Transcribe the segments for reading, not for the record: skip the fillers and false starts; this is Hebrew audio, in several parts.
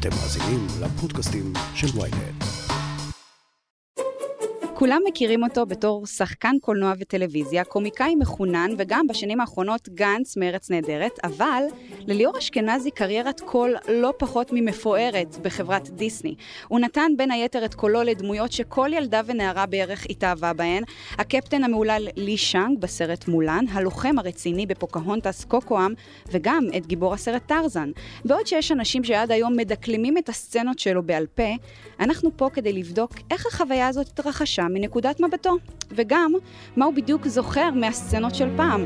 אתם מאזינים לפודקאסטים של ynet. כולם מכירים אותו בתור שחקן קולנוע וטלוויזיה, קומיקאי מחונן וגם בשנים האחרונות גנץ מארץ נהדרת, אבל לליאור אשכנזי קריירת קול לא פחות ממפוארת בחברת דיסני. הוא נתן בין היתר את קולו לדמויות שכל ילדה ונערה בערך התאהבה בהן, הקפטן המעולל לי שאנג בסרט מולן, הלוחם הרציני בפוקהונטס קוקואם, וגם את גיבור הסרט טרזן. בעוד שיש אנשים שעד היום מדקלמים את הסצנות שלו בעל פה, אנחנו פה כדי לבדוק איך החוויה הזאת התרחשה מנקודת מבטו, וגם מה הוא בדיוק זוכר מהסצנות של פעם.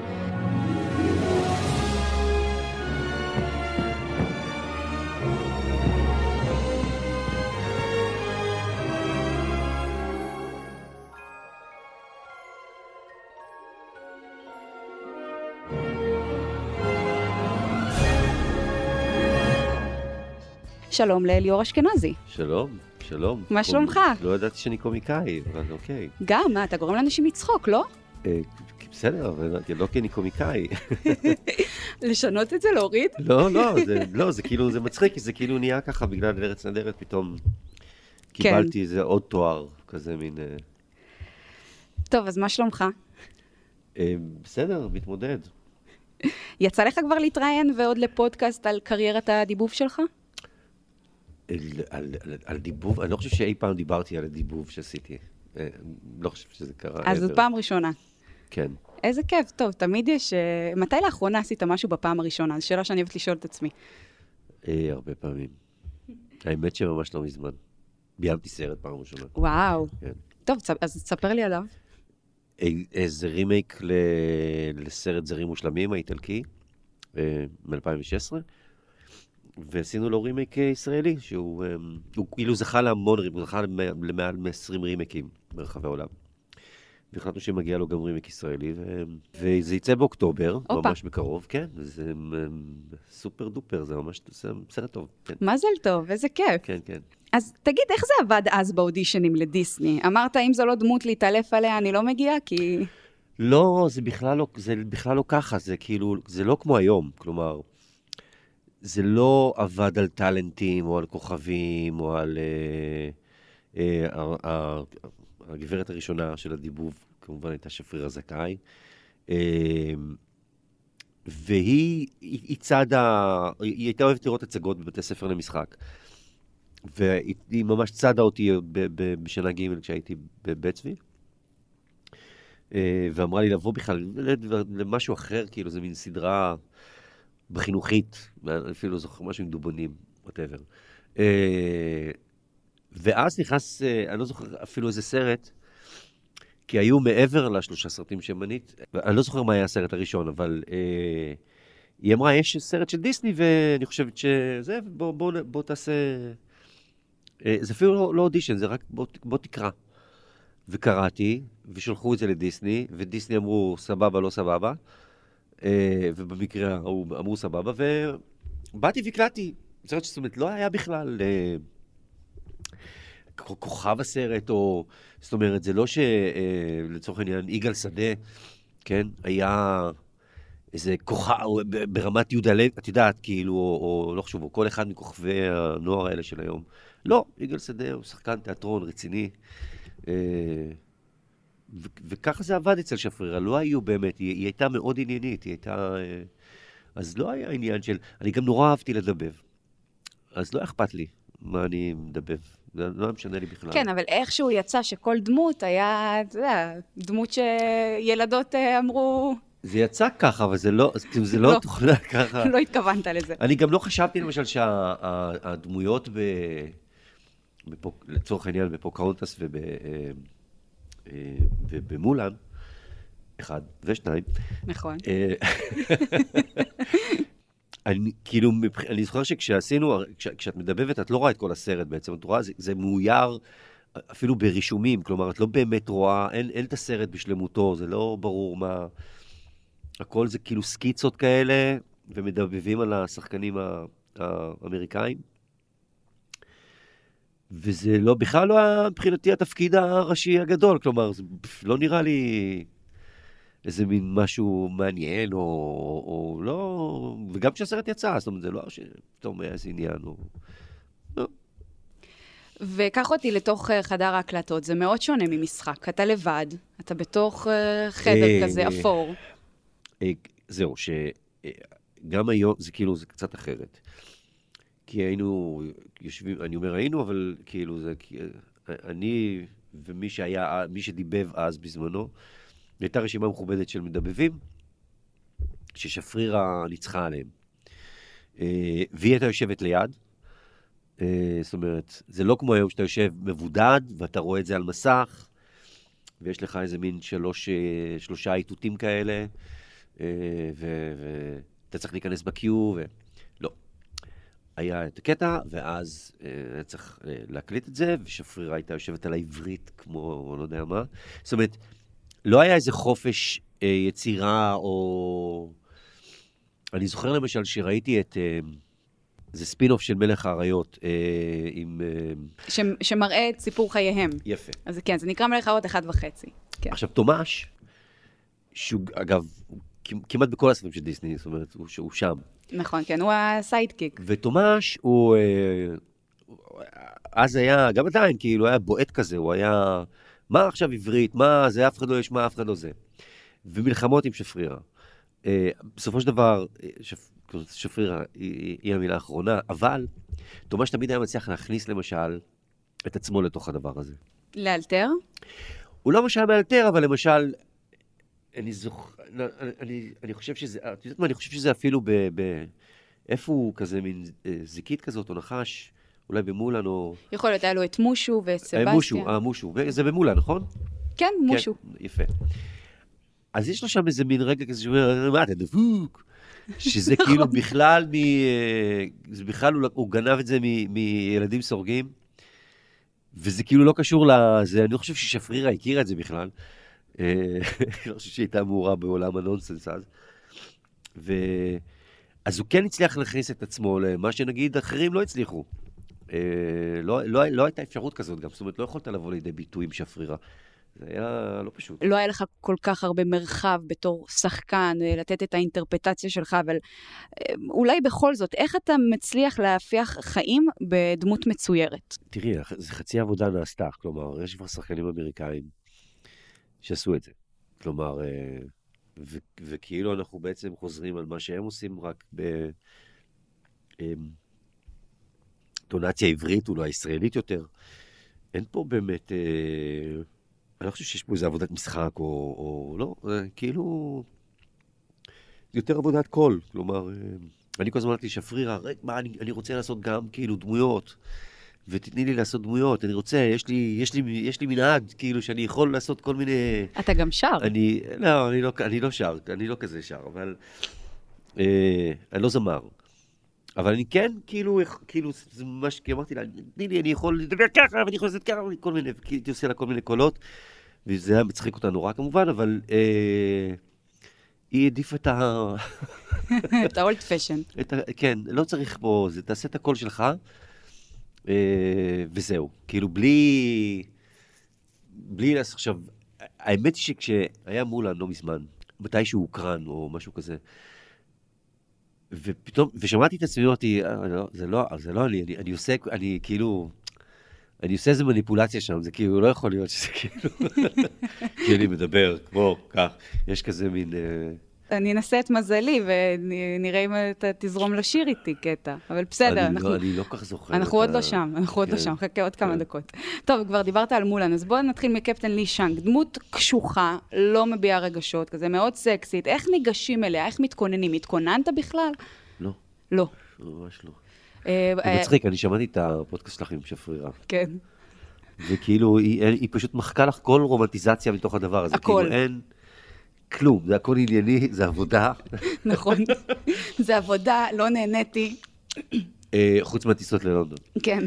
שלום לליאור אשכנזי. שלום, שלום. מה שלומך? לא ידעתי שאני קומיקאי, אבל אוקיי. גם, מה, אתה גורם לאנשים לצחוק, לא? בסדר, אבל לא כי אני קומיקאי. לשנות את זה, להוריד? לא, זה כאילו, זה מצחיק, כי זה כאילו נהיה ככה בגלל ארץ נהדרת, פתאום קיבלתי איזה עוד תואר, כזה מין... טוב, אז מה שלומך? בסדר, מתמודד. יצא לך כבר להתראיין ועוד לפודקאסט על קריירת הדיבוב שלך? על דיבוב? אני לא חושב שאי פעם דיברתי על הדיבוב שעשיתי. לא חושב שזה קרה. אז זו פעם ראשונה. כן. איזה כיף, טוב, תמיד יש... מתי לאחרונה עשית משהו בפעם הראשונה? זו שאלה שאני אוהבת לשאול את עצמי. הרבה פעמים. האמת שממש לא מזמן. ביימתי סרט פעם ראשונה. וואו. כן. טוב, אז תספר לי עליו. זה רימייק לסרט זרים מושלמים, האיטלקי, מ-2016. ועשינו לו רימייק ישראלי, שהוא כאילו זכה להמון רימייקים, הוא זכה למעל 20 רימייקים ברחבי העולם. והחלטנו שמגיע לו גם רימייק ישראלי, וזה יצא באוקטובר, ממש בקרוב, כן, זה סופר דופר, זה ממש סרט טוב. מזל טוב, איזה כיף. כן, כן. אז תגיד, איך זה עבד אז באודישנים לדיסני? אמרת, אם זו לא דמות להתעלף עליה, אני לא מגיעה, כי... לא, זה בכלל לא ככה, זה כאילו, זה לא כמו היום, כלומר... זה לא עבד על טלנטים, או על כוכבים, או על הגברת הראשונה של הדיבוב, כמובן הייתה שפרירה זכאי, והיא היא הייתה אוהבת לראות הצגות בבתי ספר למשחק, והיא ממש צדה אותי בשנה ג' כשהייתי בבית צבי, ואמרה לי לבוא בכלל למשהו אחר, כאילו זה מין סדרה... בחינוכית, אפילו לא זוכר משהו עם דובונים, whatever. ואז נכנס, אני לא זוכר אפילו איזה סרט, כי היו מעבר לשלושה סרטים שמנית, אני לא זוכר מה היה הסרט הראשון, אבל היא אמרה, יש סרט של דיסני, ואני חושבת שזה, בוא תעשה, זה אפילו לא אודישן, זה רק בוא תקרא. וקראתי, ושלחו את זה לדיסני, ודיסני אמרו, סבבה, לא סבבה, ובמקרה אמרו סבבה, ובאתי והקלטתי. זאת אומרת, לא היה בכלל כוכב הסרט, או זאת אומרת, זה לא שלצורך העניין, יגאל שדה, כן, היה איזה כוכב, ברמת יהודה לב, את יודעת, כאילו, או לא חשוב, או כל אחד מכוכבי הנוער האלה של היום. לא, יגאל שדה הוא שחקן תיאטרון רציני, וככה זה עבד אצל שפרירה, לא היו באמת, היא הייתה מאוד עניינית, היא הייתה, אז לא היה עניין של, אני גם נורא אהבתי לדבב, אז לא אכפת לי מה אני מדבב, זה לא משנה לי בכלל. כן, אבל איכשהו יצא שכל דמות היה, אתה יודע, דמות שילדות אמרו... זה יצא ככה, אבל זה לא תוכנה ככה. לא התכוונת לזה. אני גם לא חשבתי למשל שהדמויות לצורך העניין בפוקהונטס ובמולן, 1 ו2. נכון. אני זוכר שכשעשינו, כשאת מדבבת, את לא רואה את כל הסרט בעצם, את רואה, זה מאויר אפילו ברישומים, כלומר, את לא באמת רואה, אין את הסרט בשלמותו, זה לא ברור מה, הכל זה כאילו סקיצות כאלה, ומדבבים על השחקנים האמריקאים, וזה לא, בכלל לא מבחינתי התפקיד הראשי הגדול, כלומר, זה לא נראה לי איזה מין משהו מעניין, או לא, וגם כשהסרט יצא, זאת אומרת, זה לא שפתאום היה איזה עניין, וקח אותי לתוך חדר ההקלטות, זה מאוד שונה ממשחק. אתה לבד, אתה בתוך חדר כזה אפור. זהו, שגם היום זה כאילו, זה קצת אחרת. כי היינו יושבים, אני אומר היינו, אבל כאילו זה, אני ומי שהיה, מי שדיבב אז בזמנו, הייתה רשימה מכובדת של מדבבים, ששפרירה ניצחה עליהם. והיא הייתה יושבת ליד, זאת אומרת, זה לא כמו היום שאתה יושב מבודד, ואתה רואה את זה על מסך, ויש לך איזה מין שלושה איתותים כאלה, ואתה צריך להיכנס בקיו, לא. היה את הקטע, ואז היה צריך להקליט את זה, ושפרירה הייתה יושבת על העברית, כמו לא יודע מה. זאת אומרת, לא היה איזה חופש יצירה, או... אני זוכר למשל שראיתי את... זה ספין-אוף של מלך האריות, עם... שמראה את סיפור חייהם. יפה. אז כן, זה נקרא מלך האריות 1.5. כן. עכשיו, תומש, שהוא, אגב, כמעט בכל הסרטים של דיסני, זאת אומרת, הוא שם. נכון, כן, הוא הסיידקיק. ותומש, הוא... אז היה, גם עדיין, כאילו, היה בועט כזה, הוא היה... מה עכשיו עברית? מה זה? אף אחד לא ישמע, אף אחד לא זה. ומלחמות עם שפרירה. בסופו של דבר, שפרירה היא המילה האחרונה, אבל תומש תמיד היה מצליח להכניס למשל את עצמו לתוך הדבר הזה. לאלתר? הוא לא משל מאלתר, אבל למשל, אני חושב שזה, את יודעת מה, אני חושב שזה אפילו איפה הוא כזה מין זיקית כזאת, או נחש, אולי במולן, או... יכול להיות, היה לו את מושו ואת סבסטיה. מושו, זה במולן, נכון? כן, מושו. יפה. אז יש לו שם איזה מין רגע כזה שאומר, מה, אתה דפוק? שזה כאילו בכלל, הוא גנב את זה מילדים סורגים, וזה כאילו לא קשור לזה, אני חושב ששפרירה הכירה את זה בכלל, אני חושב שהייתה מעורה בעולם הנונסנס אז, אז הוא כן הצליח להכניס את עצמו למה שנגיד אחרים לא הצליחו, לא הייתה אפשרות כזאת גם, זאת אומרת לא יכולת לבוא לידי ביטוי עם שפרירה, זה היה לא פשוט. לא היה לך כל כך הרבה מרחב בתור שחקן, לתת את האינטרפטציה שלך, אבל אולי בכל זאת, איך אתה מצליח להפיח חיים בדמות מצוירת? תראי, זה חצי עבודה נעשתה, כלומר, יש כבר שחקנים אמריקאים שעשו את זה. כלומר, וכאילו אנחנו בעצם חוזרים על מה שהם עושים, רק בטונציה עברית, אולי ישראלית יותר. אין פה באמת... אני לא חושב שיש פה איזו עבודת משחק, או לא, כאילו, יותר עבודת קול, כלומר, אני כל הזמן אמרתי שפרירה, מה, אני רוצה לעשות גם כאילו דמויות, ותתני לי לעשות דמויות, אני רוצה, יש לי מנהג, כאילו, שאני יכול לעשות כל מיני... אתה גם שר. אני לא שר, אני לא כזה שר, אבל, אני לא זמר. אבל אני כן, כאילו, זה ממש, כי אמרתי לה, תני לי, אני יכול לדבר ככה, ואני יכול לעשות ככה, כל מיני, כי הייתי עושה לה כל מיני קולות, וזה היה מצחיק אותה נורא כמובן, אבל היא עדיף את ה... את ה-old fashion. כן, לא צריך פה, תעשה את הקול שלך, וזהו. כאילו, בלי עכשיו, האמת היא שכשהיה מולן לא מזמן, מתי שהוא הוקרן או משהו כזה, ופתאום, ושמעתי את עצמי, אמרתי, זה לא אני עושה איזו מניפולציה שם, זה כאילו, לא יכול להיות שזה כאילו, כי אני מדבר כמו כך, יש כזה מין... אני אנסה את מזלי, ונראה אם אתה תזרום לשיר איתי קטע, אבל בסדר, אני לא כך זוכר. אנחנו עוד לא שם, חכה עוד כמה דקות. טוב, כבר דיברת על מולן, אז בואו נתחיל מקפטן לי שאנג, דמות קשוחה, לא מביעה רגשות, כזה מאוד סקסית, איך ניגשים אליה, איך מתכוננים? התכוננת בכלל? לא. לא. ממש לא. זה מצחיק, אני שמעתי את הפודקאסט שלך עם שפרירה. כן. וכאילו, היא פשוט מחכה לך כל רומנטיזציה מתוך הדבר הזה. הכל. כאילו אין כלום, זה הכל ענייני, זה עבודה. נכון. זה עבודה, לא נהניתי. חוץ מהטיסות ללונדון. כן.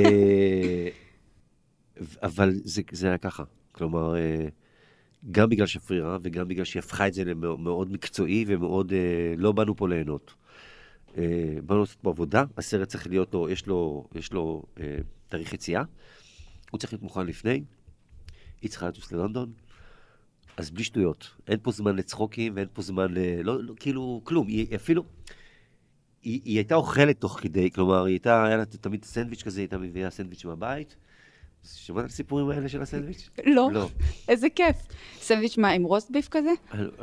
אבל זה היה ככה. כלומר, גם בגלל שפרירה, וגם בגלל שהיא הפכה את זה למאוד מקצועי, ומאוד לא באנו פה ליהנות. באנו לעשות פה עבודה, הסרט צריך להיות לו, יש לו תאריך יציאה, הוא צריך להיות מוכן לפני, היא צריכה לטוס ללונדון, אז בלי שטויות, אין פה זמן לצחוקים, ואין פה זמן כאילו, כלום, היא אפילו, היא הייתה אוכלת תוך כדי, כלומר, היה לה תמיד סנדוויץ' כזה, היא הייתה מביאה סנדוויץ' מהבית. שמעת על הסיפורים האלה של הסנדוויץ'? לא. איזה כיף. סנדוויץ' מה, עם רוסט ביף כזה?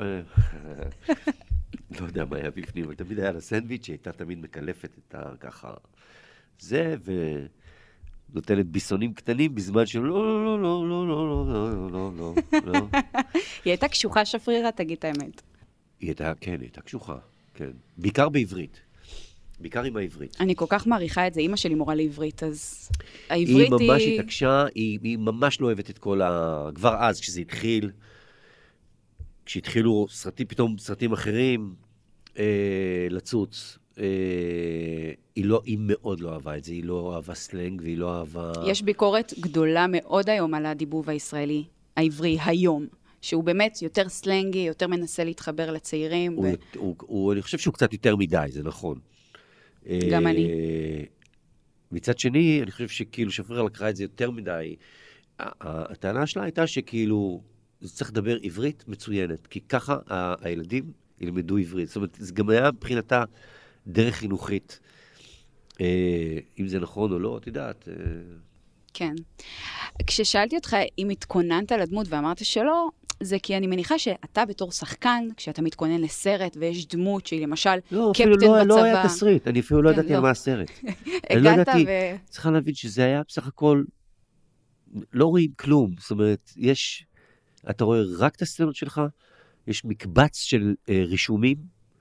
לא יודע מה היה בפנים, אבל תמיד היה לה סנדוויץ', שהייתה תמיד מקלפת את ככה זה, ונותנת ביסונים קטנים בזמן שלא, לא, לא, לא, לא, לא, לא, לא, לא. היא הייתה קשוחה שפרירה, תגיד את האמת. היא הייתה קשוחה, כן. בעיקר בעברית. בעיקר עם העברית. אני כל כך מעריכה את זה, אמא שלי מורה לעברית, אז העברית היא ממש התעקשה, היא ממש לא אוהבת את כל כבר אז, כשזה התחיל, כשהתחילו סרטים, פתאום סרטים אחרים לצוץ, היא מאוד לא אהבה את זה, היא לא אהבה סלנג, והיא לא אהבה... יש ביקורת גדולה מאוד היום על הדיבוב הישראלי, העברי, היום. שהוא באמת יותר סלנגי, יותר מנסה להתחבר לצעירים. אני חושב שהוא קצת יותר מדי, זה נכון. גם אני. מצד שני, אני חושב שכאילו שפרירה לקחה את זה יותר מדי. הטענה שלה הייתה שכאילו, זה צריך לדבר עברית מצוינת, כי ככה הילדים ילמדו עברית. זאת אומרת, זה גם היה מבחינתה דרך חינוכית. אם זה נכון או לא, את יודעת. כן. כששאלתי אותך אם התכוננת לדמות ואמרת שלא, זה כי אני מניחה שאתה בתור שחקן, כשאתה מתכונן לסרט ויש דמות שהיא למשל קפטן בצבא. לא היה תסריט, אני אפילו לא ידעתי על מה הסרט. הגעת צריכה להבין שזה היה בסך הכל, לא רואים כלום, זאת אומרת, אתה רואה רק את הסצנות שלך, יש מקבץ של רישומים,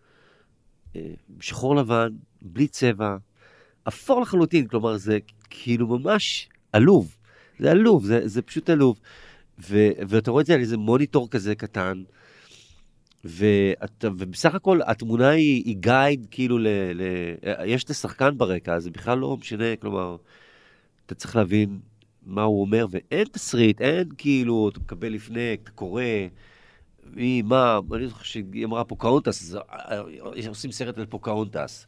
שחור לבן, בלי צבע, אפור לחלוטין, כלומר זה כאילו ממש עלוב, זה עלוב, זה פשוט עלוב. ואתה רואה את זה על איזה מוניטור כזה קטן, ובסך הכל התמונה היא גייד, כאילו, יש את השחקן ברקע, זה בכלל לא משנה, כלומר, אתה צריך להבין מה הוא אומר, ואין תסריט, אין כאילו, אתה מקבל לפני, אתה קורא, אני זוכר שהיא אמרה פוקהונטס, עושים סרט על פוקהונטס.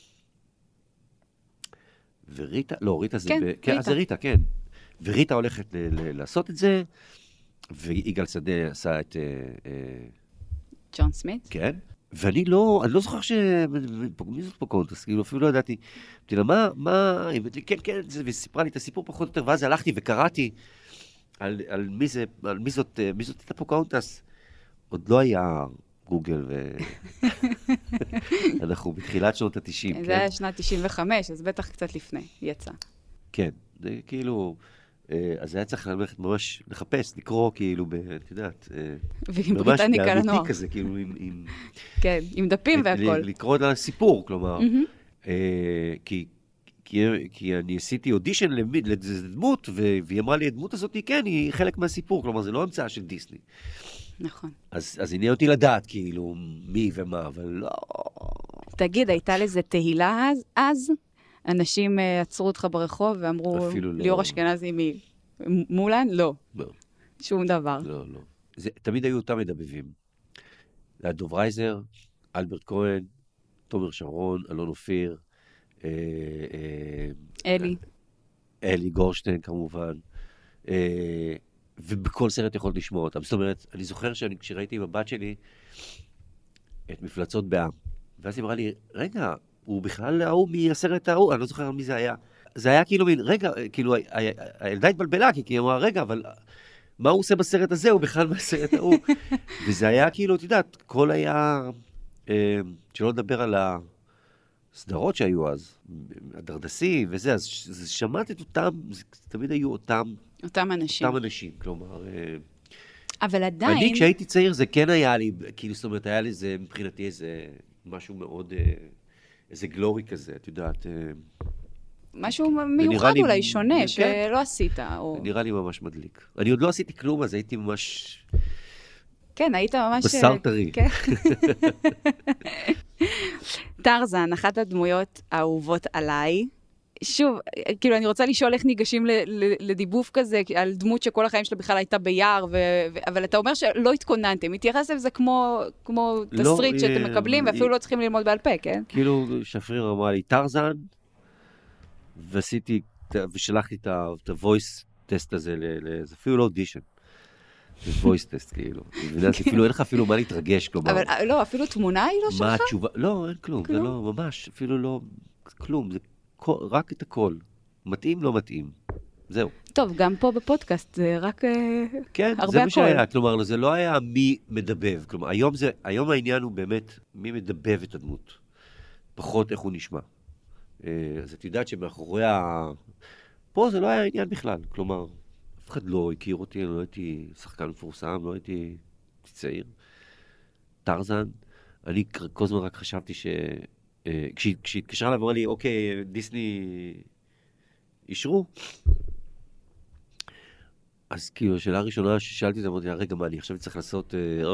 וריטה, לא, ריטה זה... כן, זה ריטה, כן. וריטה הולכת לעשות את זה, ויגאל שדה עשה את... ג'ון סמית? כן. ואני לא זוכר מי זאת פוקהונטס? כאילו, אפילו לא ידעתי. אמרתי לה, מה... כן, וסיפרה לי את הסיפור פחות או יותר, ואז הלכתי וקראתי על מי זאת את פוקהונטס. עוד לא היה גוגל, אנחנו בתחילת שנות ה-90. זה היה שנת 95, אז בטח קצת לפני, יצא. כן, זה כאילו... אז היה צריך ללכת ממש לחפש, לקרוא כאילו, את יודעת, ועם בריטניקה לנוער. ממש כזה, כאילו עם... כן, עם דפים והכל. לקרוא את הסיפור, כלומר, כי אני עשיתי אודישן לדמות, והיא אמרה לי, הדמות הזאת, כן, היא חלק מהסיפור, כלומר, זה לא המצאה של דיסני. נכון. אז עניין אותי לדעת, כאילו, מי ומה, אבל לא... תגיד, הייתה לזה תהילה אז? אנשים עצרו אותך ברחוב ואמרו, ליאור אשכנזי מולן? לא. לא. שום דבר. לא. תמיד היו אותם מדבבים. זה היה דוב רייזר, אלברט כהן, תומר שרון, אלון אופיר, אלי גורשטיין כמובן, ובכל סרט יכולת לשמוע אותם. זאת אומרת, אני זוכר כשראיתי עם הבת שלי את מפלצות בעם, ואז היא אמרה לי, רגע, הוא בכלל ההוא מהסרט ההוא, אני לא זוכר על מי זה היה. זה היה כאילו מין, רגע, כאילו, הילדה התבלבלה, כי היא אמרה, רגע, אבל מה הוא עושה בסרט הזה? הוא בכלל מהסרט ההוא. וזה היה כאילו, את יודעת, כל היה, שלא לדבר על הסדרות שהיו אז, הדרדסי וזה, אז שמעת את אותם, תמיד היו אותם אנשים, כלומר... אבל עדיין... אני, כשהייתי צעיר, זה כן היה לי, כאילו, זאת אומרת, היה לי זה, מבחינתי, איזה משהו מאוד... איזה גלורי כזה, את יודעת... משהו מיוחד אולי, שונה, שלא עשית. נראה לי ממש מדליק. אני עוד לא עשיתי כלום, אז הייתי ממש... כן, היית ממש... בשר טרי. טרזן, אחת הדמויות האהובות עליי. שוב, כאילו, אני רוצה לשאול איך ניגשים לדיבוב כזה, על דמות שכל החיים שלה בכלל הייתה ביער, אבל אתה אומר שלא התכוננתם. התייחס לזה כמו תסריט שאתם מקבלים, ואפילו לא צריכים ללמוד בעל פה, כן? כאילו, שפריר אמרה לי, טרזן, ושלחתי את ה-voice טסט הזה, זה אפילו לא אודישן. זה voice test, כאילו. אפילו אין לך אפילו מה להתרגש, כלומר. אבל לא, אפילו תמונה היא לא שלך? מה התשובה? לא, אין כלום, זה לא, ממש, אפילו לא, כלום, זה רק את הכל. מתאים, לא מתאים. זהו. טוב, גם פה בפודקאסט זה רק כן, הרבה זה מה הכל. שהיה, כלומר, זה לא היה מי מדבב, כלומר, היום העניין הוא באמת מי מדבב את הדמות, פחות איך הוא נשמע. אז את יודעת שמאחורי פה זה לא היה עניין בכלל, כלומר, אף אחד לא הכיר אותי, לא הייתי שחקן מפורסם, לא הייתי צעיר. טרזן, אני כל הזמן רק חשבתי כשהתקשרה לה ואמרה לי, אוקיי, דיסני אישרו, אז כאילו, השאלה הראשונה ששאלתי את זה, אמרתי, רגע, מה, אני עכשיו צריך לעשות...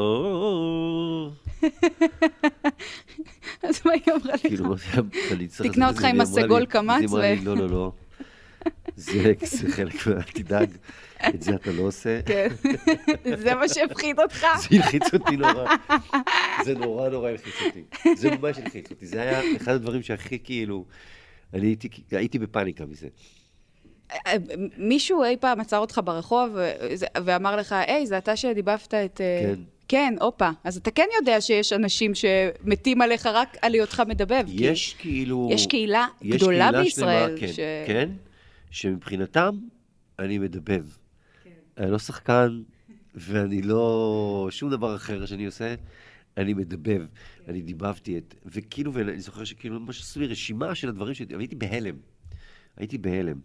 אז מה היא אמרה לך? כאילו, אני צריך... תקנה אותך עם הסגול קמץ היא אמרה לי, לא. זה חלק, אל תדאג, את זה אתה לא עושה. כן, זה מה שהפחיד אותך. זה הלחיץ אותי נורא. זה נורא הלחיץ אותי. זה ממש הלחיץ אותי. זה היה אחד הדברים שהכי כאילו... אני הייתי בפאניקה מזה. מישהו אי פעם עצר אותך ברחוב ואמר לך, היי, זה אתה שדיבבת את... כן. כן, אופה. אז אתה כן יודע שיש אנשים שמתים עליך רק על היותך מדבב. יש כאילו... יש קהילה גדולה בישראל. כן, שמבחינתם אני מדבב. אני לא שחקן, ואני לא... שום דבר אחר שאני עושה, אני מדבב. אני דיבבתי את... וכאילו, ואני זוכר שכאילו, ממש עשו לי רשימה של הדברים הייתי בהלם. הייתי בהלם.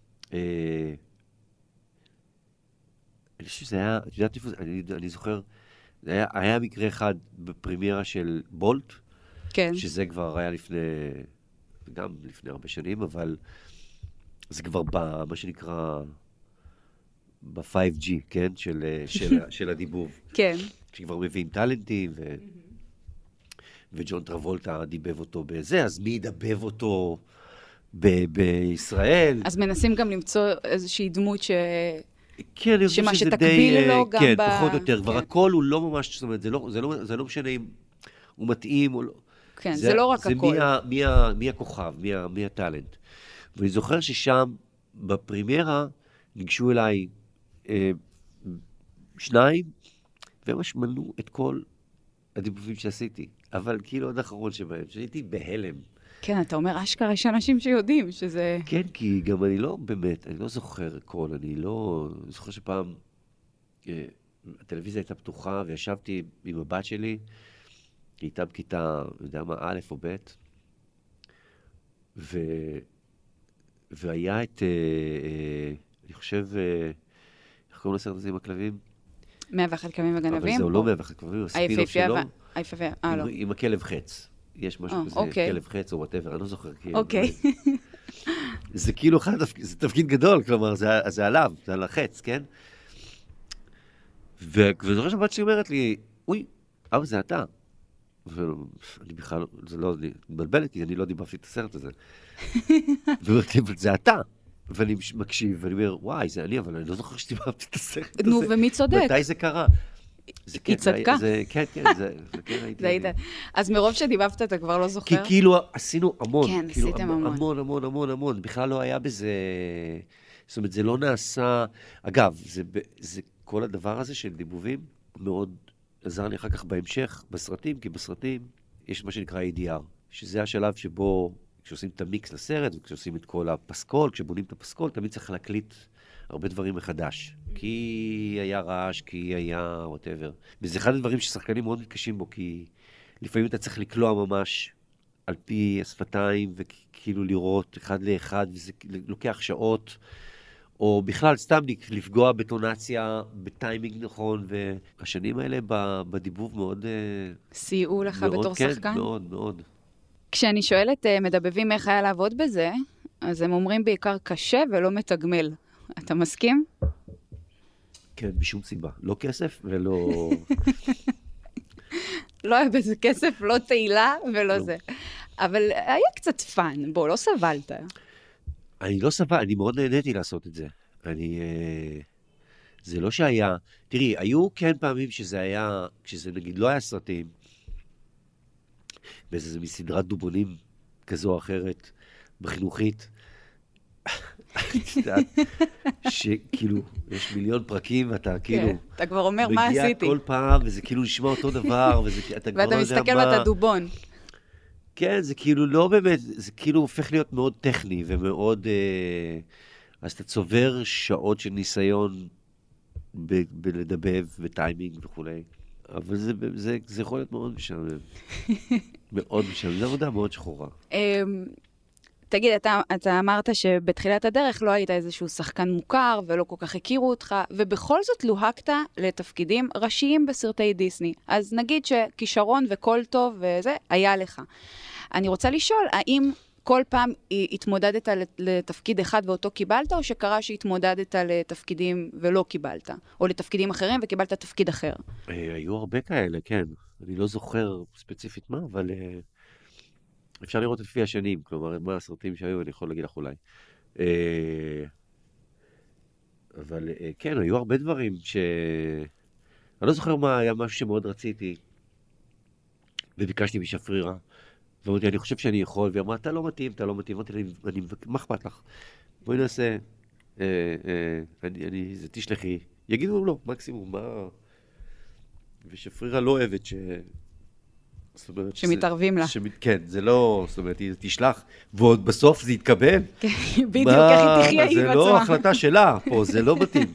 אני חושב שזה היה, את יודעת איפה זה, אני זוכר, היה מקרה אחד בפרימיירה של בולט, כן. שזה כבר היה גם לפני הרבה שנים, אבל זה כבר מה שנקרא, ב-5G, כן? של הדיבוב. כן. שכבר מביאים טלנטים, וג'ון טרבולטה דיבב אותו בזה, אז מי ידבב אותו בישראל? אז מנסים גם למצוא איזושהי דמות כן, אני חושב שזה די... שתקביל לו גם כן, פחות או יותר. כבר הכל הוא לא ממש, זאת אומרת, זה לא משנה אם הוא מתאים או לא. כן, זה לא רק הכל. זה מי הכוכב, מי הטלנט. ואני זוכר ששם, בפרימיירה, ניגשו אליי שניים, וממש מנו את כל הדיבובים שעשיתי. אבל כאילו עוד האחרון שבהם, שהייתי בהלם. כן, אתה אומר, אשכרה יש אנשים שיודעים שזה... כן, כי גם אני לא באמת, אני לא זוכר הכל, אני זוכר שפעם הטלוויזיה הייתה פתוחה, וישבתי עם הבת שלי, היא הייתה בכיתה, אני יודע מה, א' או ב', והיה אני חושב, איך קוראים לסרט הזה עם הכלבים? 101 כלבים וגנבים? אבל זהו לא 101 כלבים, הספינוף שלו, לא. עם הכלב חץ. יש משהו כזה, כלב חץ או whatever, אני לא זוכר. אוקיי. זה כאילו זה תפקיד גדול, כלומר, זה עליו, זה על החץ, כן? וזוכר שהבת שלי אומרת לי, אוי, אבל זה אתה. ואני בכלל, זה לא, אני מבלבלת, כי אני לא דיברתי את הסרט הזה. ואומרת לי, אבל זה אתה. ואני מקשיב, ואני אומר, וואי, זה אני, אבל אני לא זוכר שדיברתי את הסרט הזה. נו, ומי צודק? מתי זה קרה? היא צדקה. כן, זה כן הייתי. אז מרוב שדיבבת אתה כבר לא זוכר? כי כאילו עשינו המון. כן, עשיתם המון. המון. בכלל לא היה בזה... זאת אומרת, זה לא נעשה... אגב, זה כל הדבר הזה של דיבובים מאוד עזר לי אחר כך בהמשך, בסרטים, כי בסרטים יש מה שנקרא ADR, שזה השלב שבו כשעושים את המיקס לסרט, וכשעושים את כל הפסקול, כשבונים את הפסקול, תמיד צריך להקליט הרבה דברים מחדש. כי היה רעש, כי היה whatever. וזה אחד הדברים ששחקנים מאוד מתקשים בו, כי לפעמים אתה צריך לקלוע ממש על פי השפתיים, וכאילו לראות אחד לאחד, וזה לוקח שעות, או בכלל סתם לפגוע בטונציה, בטיימינג נכון, והשנים האלה בדיבוב מאוד... סייעו לך בתור שחקן? כן, מאוד, מאוד. כשאני שואלת מדבבים איך היה לעבוד בזה, אז הם אומרים בעיקר קשה ולא מתגמל. אתה מסכים? כן, בשום סיבה. לא כסף ולא... לא היה בזה כסף, לא תהילה ולא זה. אבל היה קצת פן, בוא, לא סבלת. אני לא סבל, אני מאוד נהניתי לעשות את זה. זה לא שהיה... תראי, היו כן פעמים שזה היה, כשזה נגיד לא היה סרטים, באיזה מסדרת דובונים כזו או אחרת, בחינוכית, שכאילו, יש מיליון פרקים, ואתה כאילו... אתה כבר אומר, מה עשיתי? מגיע כל פעם, וזה כאילו נשמע אותו דבר, ואתה כבר לא יודע מה... ואתה מסתכל ואתה דובון. כן, זה כאילו לא באמת, זה כאילו הופך להיות מאוד טכני, ומאוד... אז אתה צובר שעות של ניסיון בלדבב, וטיימינג וכולי. אבל זה יכול להיות מאוד משעמם. מאוד משעמם. זו עבודה מאוד שחורה. תגיד, אתה אמרת שבתחילת הדרך לא היית איזשהו שחקן מוכר, ולא כל כך הכירו אותך, ובכל זאת לוהקת לתפקידים ראשיים בסרטי דיסני. אז נגיד שכישרון וקול טוב וזה, היה לך. אני רוצה לשאול, האם כל פעם התמודדת לתפקיד אחד ואותו קיבלת, או שקרה שהתמודדת לתפקידים ולא קיבלת? או לתפקידים אחרים וקיבלת תפקיד אחר? היו הרבה כאלה, כן. אני לא זוכר ספציפית מה, אבל... אפשר לראות לפי השנים, כלומר, מה הסרטים שהיו, אני יכול להגיד לך אולי. אבל כן, היו הרבה דברים אני לא זוכר מה היה משהו שמאוד רציתי, וביקשתי משפרירה, ואמרתי, אני חושב שאני יכול, והיא אמרה, אתה לא מתאים, אמרתי לי, מה אכפת לך? בואי נעשה, זה תשלחי, יגידו לא, מקסימום, מה... ושפרירה לא אוהבת שמתערבים לה. כן, זה לא, זאת אומרת, היא תשלח, ועוד בסוף זה יתקבל. בדיוק, איך היא תחיה עם עצמה. זה לא החלטה שלה, פה, זה לא מתאים.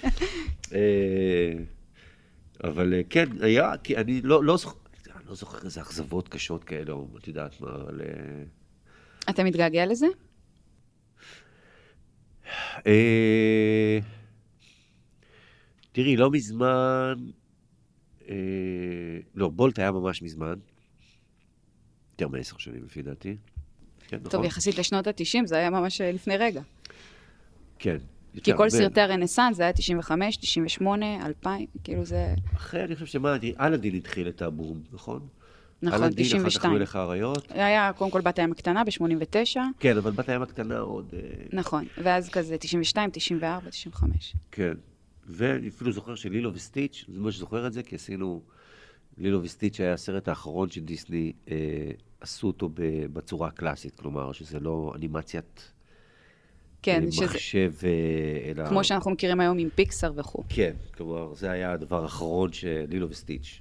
אבל כן, היה, כי אני לא זוכר איזה אכזבות קשות כאלה, או את יודעת מה, אבל... אתה מתגעגע לזה? תראי, לא מזמן... לא, בולט היה ממש מזמן. יותר מ10 שנים, לפי דעתי. כן, נכון. טוב, יחסית לשנות ה-90, זה היה ממש לפני רגע. כן. כי כל סרטי הרנסנס, זה היה 95, 98, 2000, כאילו זה... אחרי, אני חושב שמה, אלאדין התחיל את הבום, נכון? נכון, 92. אלאדין, אחר כך מלך האריות. היה קודם כל בת הים הקטנה ב-89. כן, אבל בת הים הקטנה עוד... נכון, ואז כזה 92, 94, 95. כן. ואני אפילו זוכר שלילו וסטיץ', זה מה שזוכר את זה, כי עשינו, לילו וסטיץ' היה הסרט האחרון של דיסני, עשו אותו בצורה הקלאסית, כלומר שזה לא אנימציית מחשב, אלא... כמו שאנחנו מכירים היום עם פיקסר וכו'. כן, כלומר זה היה הדבר האחרון של לילו וסטיץ'.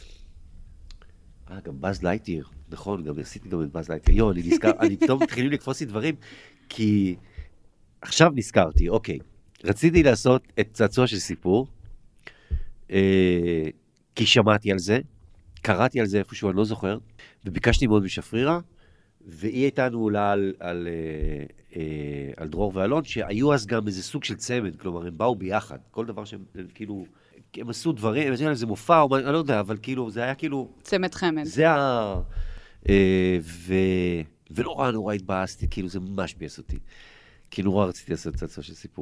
גם באז לייטיר, נכון, גם עשיתי גם את באז לייטיר. יו, אני נזכר, אני פתאום מתחילים לקפוץ לי דברים, כי עכשיו נזכרתי, אוקיי. רציתי לעשות את צעצוע של סיפור, כי שמעתי על זה, קראתי על זה איפשהו, אני לא זוכר, וביקשתי מאוד משפרירה, והיא הייתה נעולה על דרור ואלון, שהיו אז גם איזה סוג של צמד, כלומר, הם באו ביחד, כל דבר שהם כאילו, הם עשו דברים, הם עשו איזה מופע, אני לא יודע, אבל כאילו, זה היה כאילו... צמד חמד. זה ונורא נורא התבאסתי, כאילו, זה ממש ביאס אותי. כי נורא רציתי לעשות צעצוע של סיפור.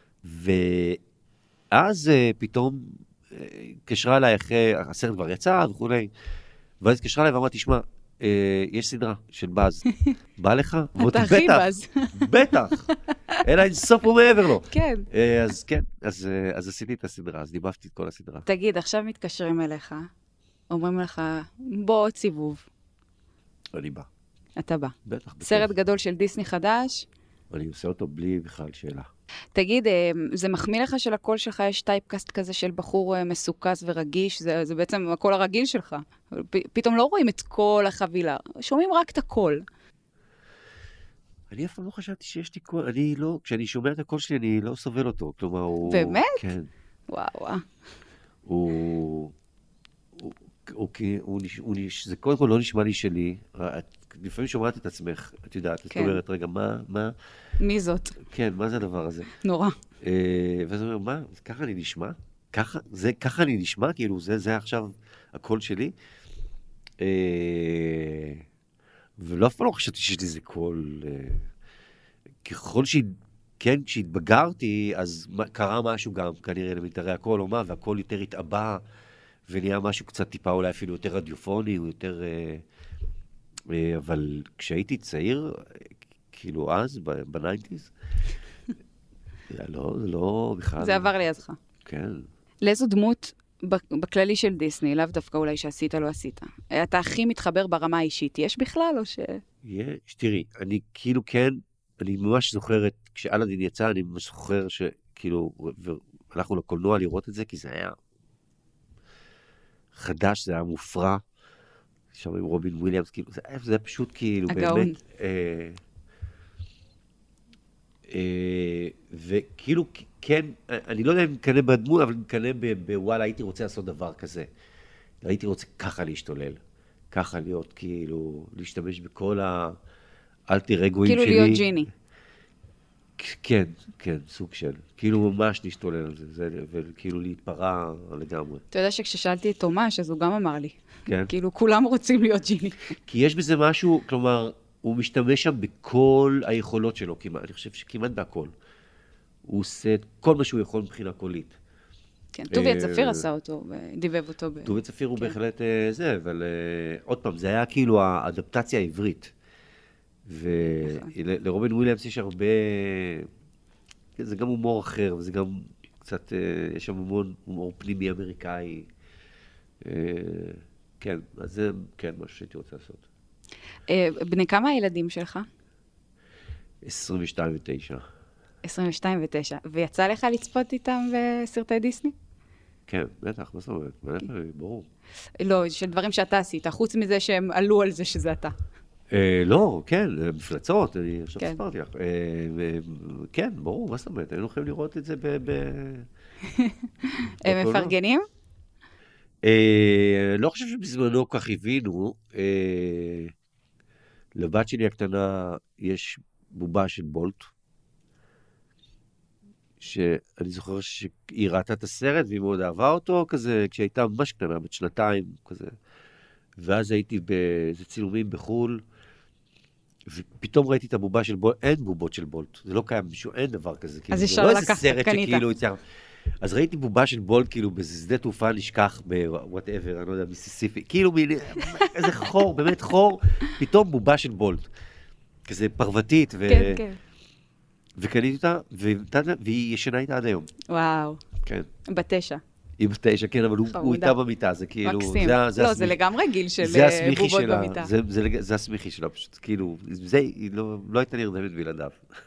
ואז פתאום קשרה אליי אחרי, הסרט כבר יצא וכולי, ואז קשרה אליי ואמרה, תשמע, יש סדרה של באז, בא לך? אתה הכי באז. בטח, אלא אין סוף ומעבר לו. כן. אז כן, אז עשיתי את הסדרה, אז דיבבתי את כל הסדרה. תגיד, עכשיו מתקשרים אליך, אומרים לך, בוא עוד סיבוב. אני בא. אתה בא. בטח. סרט גדול של דיסני חדש. אני עושה אותו בלי בכלל שאלה. תגיד, זה מחמיא לך שלקול שלך יש טייפקאסט כזה של בחור מסוכס ורגיש? זה בעצם הקול הרגיל שלך. פתאום לא רואים את כל החבילה, שומעים רק את הקול. אני אף פעם לא חשבתי שיש לי קול, אני לא, כשאני שומע את הקול שלי, אני לא סובל אותו. כלומר, הוא... באמת? כן. וואו. זה קודם כל לא נשמע לי שלי. לפעמים שומעת את עצמך, את יודעת, זאת אומרת, רגע, מה? מי זאת? כן, מה זה הדבר הזה? נורא. ואז אומר, מה? ככה אני נשמע? ככה אני נשמע? כאילו, זה עכשיו הקול שלי? ולא אף פעם לא חשבתי שיש לי איזה קול. ככל כשהתבגרתי, אז קרה משהו גם, כנראה למתארי הקול או מה, והקול יותר התאבא, ונהיה משהו קצת טיפה אולי אפילו יותר רדיופוני, או יותר... אבל כשהייתי צעיר, כאילו אז, בניינטיז, לא בכלל. זה עבר לידך. כן. לאיזו דמות בכללי של דיסני, לאו דווקא אולי שעשית, לא עשית? אתה הכי מתחבר ברמה האישית, יש בכלל או ש... יש, תראי, אני כאילו כן, אני ממש זוכרת כשאלאדין יצא, אני זוכר שכאילו, הלכנו לקולנוע לראות את זה, כי זה היה חדש, זה היה מופרע, שם עם רובין וויליאמס, כאילו, זה היה פשוט כאילו, הגאון. באמת, וכאילו, כן, אני לא יודע אם נקנה בדמות, אבל נקנה בוואלה, הייתי רוצה לעשות דבר כזה. הייתי רוצה ככה להשתולל, ככה להיות, כאילו, להשתמש בכל האלטר אגואים שלי. כאילו להיות ג'יני. כן, כן, סוג של. כאילו ממש להשתולל על זה, וכאילו להתפרע לגמרי. אתה יודע שכששאלתי את תומש, אז הוא גם אמר לי. כן. כאילו, כולם רוצים להיות ג'יני. כי יש בזה משהו, כלומר, הוא משתמש שם בכל היכולות שלו, כמעט, אני חושב שכמעט בהכל. הוא עושה את כל מה שהוא יכול מבחינה קולית. כן, טוביה צפיר עשה אותו, ודיבב אותו. טוביה צפיר הוא בהחלט זה, אבל עוד פעם, זה היה כאילו האדפטציה העברית. ולרובין וויליאמס יש הרבה, זה גם הומור אחר, וזה גם קצת, יש שם המון הומור פנימי אמריקאי. כן, אז זה כן, משהו שהייתי רוצה לעשות. בני כמה הילדים שלך? 22 ו-9. 22 ו-9. ויצא לך לצפות איתם בסרטי דיסני? כן, בטח, מה זאת אומרת? ברור. לא, של דברים שאתה עשית, חוץ מזה שהם עלו על זה שזה אתה. לא, כן, מפלצות, אני עכשיו כן. ספרתי לך. כן, ברור, מה זאת אומרת? היינו יכולים לראות את זה הם מפרגנים? לא חושב שבזמנו כך הבינו. לבת שלי הקטנה יש בובה של בולט, שאני זוכר שהיא ראתה את הסרט והיא מאוד אהבה אותו, כזה, כשהייתה ממש קטנה, בת 2 כזה. ואז הייתי באיזה צילומים בחול, ופתאום ראיתי את הבובה של בולט, אין בובות של בולט, זה לא קיים, אין דבר כזה. אז ישר לקחת, קנית. אז ראיתי בובה של בולט, כאילו, בשדה תעופה נשכח ב-whatever, אני לא יודע, מיסיסיפי, כאילו, איזה חור, באמת חור, פתאום בובה של בולט. כזה פרוותית, כן, כן. וקניתי אותה, והיא ישנה איתה עד היום. וואו. כן. ב9. היא ב9, כן, אבל הוא איתה במיטה, זה כאילו... מקסים. לא, זה לגמרי גיל של בובות במיטה. זה הסמיכי שלה, פשוט, כאילו, זה, היא לא הייתה נרדמת בלעדיו.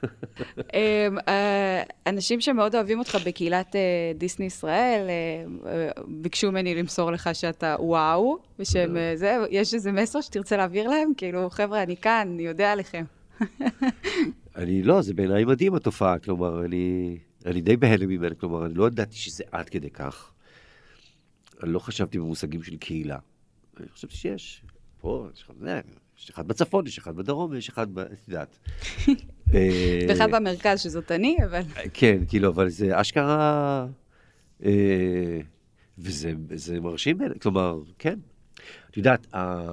אנשים שמאוד אוהבים אותך בקהילת דיסני ישראל, ביקשו ממני למסור לך שאתה וואו, יש איזה מסר שתרצה להעביר להם? כאילו, חבר'ה, אני כאן, אני יודע עליכם. אני לא, זה בעיניי מדהים התופעה, כלומר, אני די בהלם ממנו, כלומר, אני לא ידעתי שזה עד כדי כך. אני לא חשבתי במושגים של קהילה. אני חושב שיש. פה, יש אחד בצפון, יש אחד בדרום, יש אחד יודעת. ואחד במרכז, שזאת אני, אבל... כן, כאילו, אבל זה אשכרה... וזה מרשים בין, כלומר, כן. את יודעת,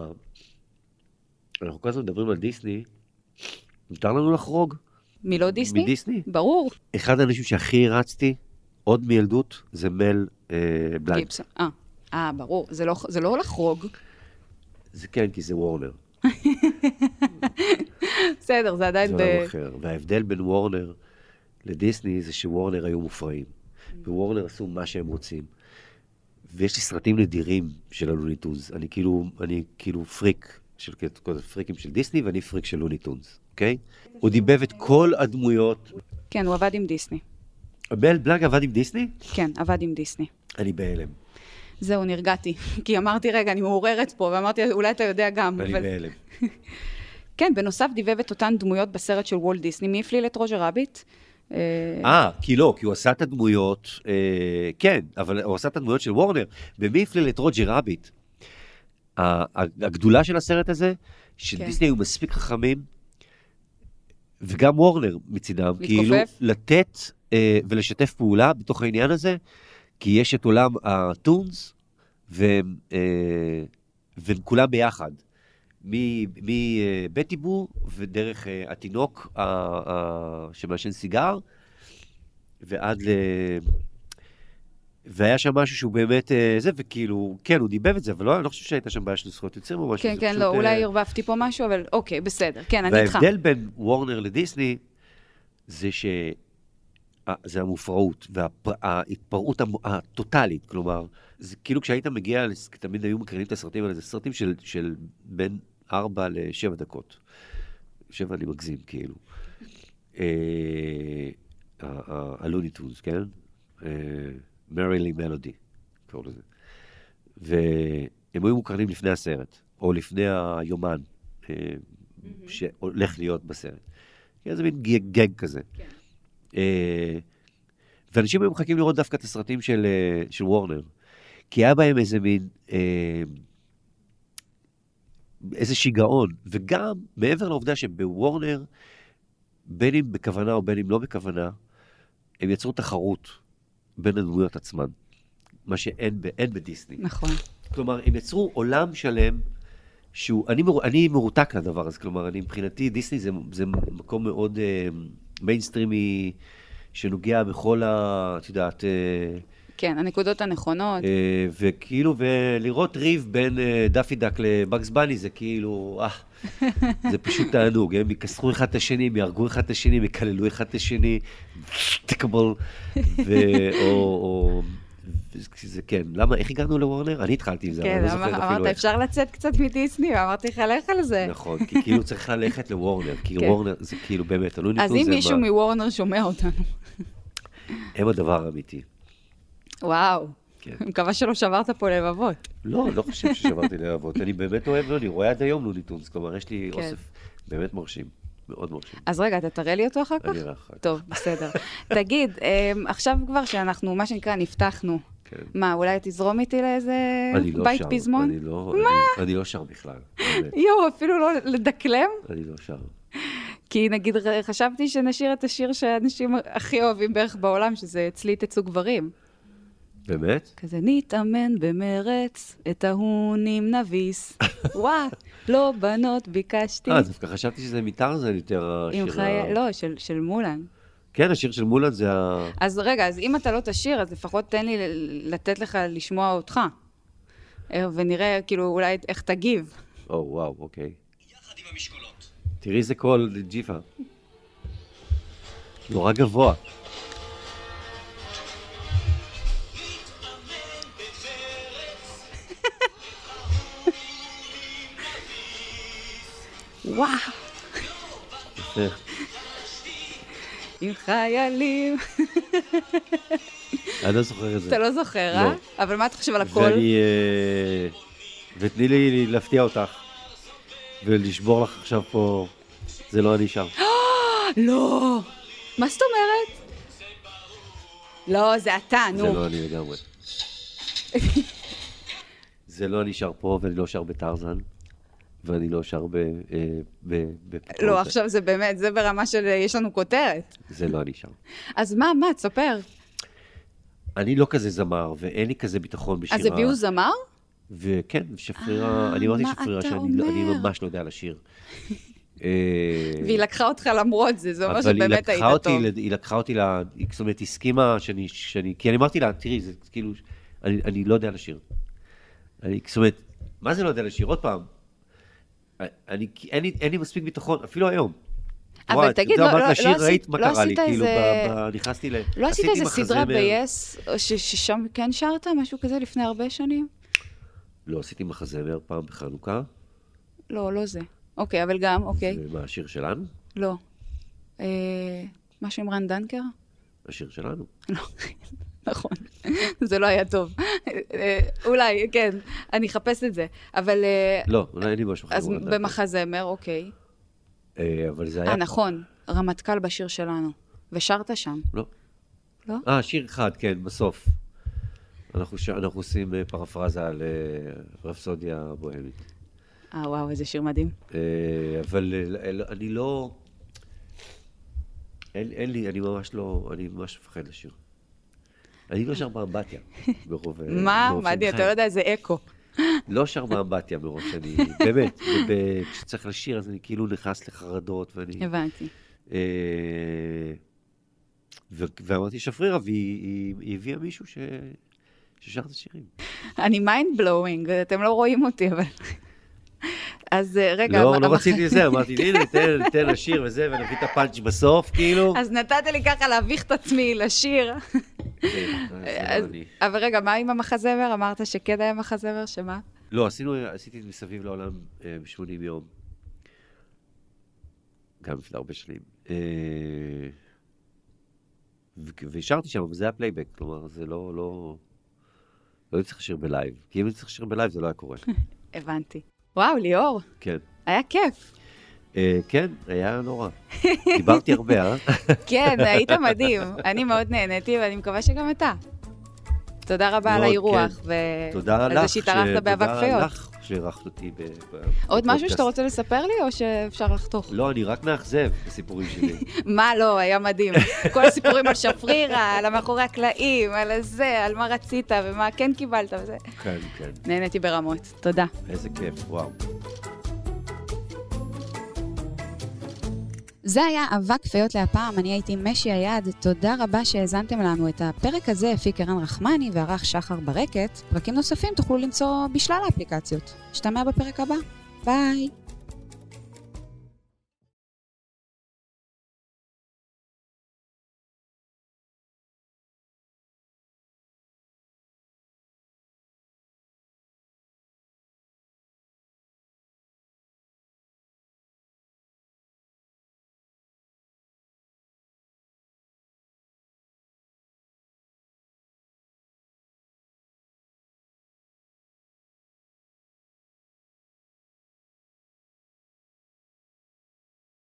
אנחנו כל הזמן מדברים על דיסני, מותר לנו לחרוג? מלא דיסני? מדיסני? ברור. אחד האנשים שהכי הרצתי, עוד מילדות, זה מל בליינד. גיבסון. ברור. זה לא לחרוג. זה כן, כי זה וורנר. בסדר, זה עדיין... זה עולם אחר. וההבדל בין וורנר לדיסני זה שוורנר היו מופרעים. ווורנר עשו מה שהם רוצים. ויש לי סרטים נדירים של הלוניטונס. אני כאילו פריק, פריקים של דיסני, ואני פריק של לוניטונס. אוקיי? הוא דיבב את כל הדמויות. כן, הוא עבד עם דיסני. מל בלנק עבד עם דיסני? כן, עבד עם דיסני. אני בהלם. זהו, נרגעתי. כי אמרתי, רגע, אני מעוררת פה, ואמרתי, אולי אתה יודע גם. אני בהלם. כן, בנוסף דיבב את אותן דמויות בסרט של וולט דיסני. מי הפליל את רוג'ר רביט? כי לא, כי הוא עשה את הדמויות, כן, אבל הוא עשה את הדמויות של וורנר. ומי הפליל את רוג'ר רביט? הגדולה של הסרט הזה, שדיסני היו מספיק חכמים, וגם וורנר מצידם, כאילו לתת ולשתף פעולה בתוך העניין הזה, כי יש את עולם הטונס, והם כולם ביחד. מבטי בו, ודרך התינוק שמעשן סיגר, ועד והיה שם משהו שהוא באמת זה, וכאילו, כן, הוא דיבב את זה, אבל אני לא חושב שהייתה שם בעיה של זכויות יוצרים או משהו. כן, כן, לא, אולי הרבבתי פה משהו, אבל אוקיי, בסדר, כן, אני איתך. וההבדל בין וורנר לדיסני, זה זה המופרעות, וההתפרעות הטוטלית, כלומר, זה כאילו כשהיית מגיע, תמיד היו מקרינים את הסרטים האלה, זה סרטים של בין 4 ל-7 דקות. 7 אני מגזים, כאילו. הלוניטונס, כן? מרילי מלודי, קוראים לזה. והם היו מוכרים לפני הסרט, או לפני היומן שהולך להיות בסרט. זה מין גג כזה. ואנשים היו מחכים לראות דווקא את הסרטים של וורנר, כי היה בהם איזה מין, איזה שיגעון, וגם מעבר לעובדה שבוורנר, בין אם בכוונה או בין אם לא בכוונה, הם יצרו תחרות בין הדמויות עצמן, מה שאין בדיסני. נכון. כלומר, הם יצרו עולם שלם, אני מרותק לדבר הזה, כלומר, מבחינתי, דיסני זה מקום מאוד מיינסטרימי, שנוגע בכל את יודעת... כן, הנקודות הנכונות. וכאילו, ולראות ריב בין דאפי דק לבאגס בני, זה כאילו, זה פשוט תענוג, הם יכסחו אחד את השני, הם יהרגו אחד את השני, הם יקללו אחד את השני, תקבל, זה כן, למה, איך הגענו לוורנר? אני התחלתי עם זה, כן, אמרת, אפשר לצאת קצת מדיסני, ואמרתי לך, לך על זה. נכון, כי כאילו צריך ללכת לוורנר, כי וורנר זה כאילו באמת, אז אם מישהו מוורנר שומע אותנו. הם הדבר האמיתי. וואו, אני מקווה שלא שברת פה לבבות. לא, לא חושב ששברתי לבבות, אני באמת אוהב, אני רואה עד היום לוניטונס, כלומר, יש לי אוסף באמת מרשים. מאוד מרשים. אז רגע, אתה תראה לי אותו אחר כך? אני אראה אחר כך. טוב, בסדר. תגיד, עכשיו כבר שאנחנו, מה שנקרא, נפתחנו, מה, אולי תזרום איתי לאיזה בית פזמון? אני לא שר בכלל. יואו, אפילו לא לדקלם? אני לא שר. כי נגיד, חשבתי שנשיר את השיר שאנשים הכי אוהבים בערך בעולם, שזה אצלי תצאו גברים. באמת? כזה נתאמן במרץ, את ההונים נביס. וואו, לא בנות ביקשתי. דווקא חשבתי שזה מטרזן יותר השיר. לא, של מולן. כן, השיר של מולן זה אז רגע, אז אם אתה לא תשיר, אז לפחות תן לי לתת לך לשמוע אותך. ונראה כאילו אולי איך תגיב. וואו, אוקיי. יחד עם המשקולות. תראי איזה קול, ג'יפה. נורא גבוה. וואו. עם חיילים. אני לא זוכר את זה. אתה לא זוכר, אה? אבל מה אתה חושב על הכל? ותני לי להפתיע אותך, ולשבור לך עכשיו פה, זה לא אני שר. לא. מה זאת אומרת? לא, זה אתה, נו. זה לא אני לגמרי. זה לא אני שר פה, ואני לא שר בטרזן. ואני לא שר לא, עכשיו זה באמת, זה ברמה של יש לנו כותרת. זה לא אני שר. אז מה, תספר. אני לא כזה זמר, ואין לי כזה ביטחון בשירה. אז הביאו זמר? וכן, שפרירה, אני אמרתי שפרירה שאני ממש לא יודע לשיר. והיא לקחה אותך למרות זה, זה אומר שבאמת היית טוב. היא לקחה אותי, זאת אומרת, הסכימה שאני, כי אני אמרתי לה, תראי, זה כאילו, אני לא יודע לשיר. זאת אומרת, מה זה לא יודע לשיר? עוד פעם. אין לי מספיק ביטחון, אפילו היום. אבל תגיד, ראית מה קרה לי, כאילו, נכנסתי לא עשית איזה סדרה ב-yes, ששם כן שרת, משהו כזה לפני הרבה שנים? לא, עשיתי מחזמר פעם בחנוכה. לא זה. אוקיי, אבל גם, אוקיי. מה, השיר שלנו? לא. משהו עם רן דנקר? השיר שלנו. לא, נכון. זה לא היה טוב. אולי, כן, אני אחפש את זה. אבל... לא, אולי אין לי משהו אחר. אז במחזמר, אוקיי. אבל זה היה... נכון, רמטכ"ל בשיר שלנו. ושרת שם. לא. לא? שיר אחד, כן, בסוף. אנחנו עושים פרפרזה על רפסודיה בוהמית. וואו, איזה שיר מדהים. אבל אני לא... אין לי, אני ממש מפחד לשיר. אני לא שר באמבטיה. מה? מדהים, אתה לא יודע, זה אקו. לא שר באמבטיה מראש, אני באמת, כשצריך לשיר, אז אני כאילו נכנס לחרדות, ואני... הבנתי. ואמרתי שפרירה, והיא הביאה מישהו ששר את השירים. אני mind blowing, אתם לא רואים אותי, אבל... אז רגע... לא רציתי זה, אמרתי, הנה, תן לשיר וזה, ונביא את הפאנץ' בסוף, כאילו. אז נתת לי ככה להביך את עצמי לשיר. אבל רגע, מה עם המחזמר? אמרת שכן היה מחזמר, שמה? לא, עשיתי מסביב לעולם ב-80 יום. גם לפני הרבה שנים. והשארתי שם, וזה היה פלייבק, כלומר, זה לא צריך לשיר בלייב, כי אם צריך לשיר בלייב זה לא היה קורה. הבנתי. וואו, ליאור. כן. היה כיף. כן, היה נורא. דיברתי הרבה, כן, היית מדהים. אני מאוד נהניתי, ואני מקווה שגם אתה. תודה רבה על האירוח, ועל זה שהתארחת באבק פיות. תודה לך שאירחת אותי עוד משהו שאתה רוצה לספר לי, או שאפשר לחתוך? לא, אני רק מאכזב בסיפורים שלי. מה לא, היה מדהים. כל הסיפורים על שפרירה, על המאחורי הקלעים, על זה, על מה רצית ומה כן קיבלת וזה. כן, כן. נהניתי ברמות. תודה. איזה כיף, וואו. זה היה אבק פיות להפעם, אני הייתי משי היד, תודה רבה שהאזנתם לנו. את הפרק הזה הפיק ערן רחמני וערך שחר ברקת. פרקים נוספים תוכלו למצוא בשלל האפליקציות. נשתמע בפרק הבא, ביי!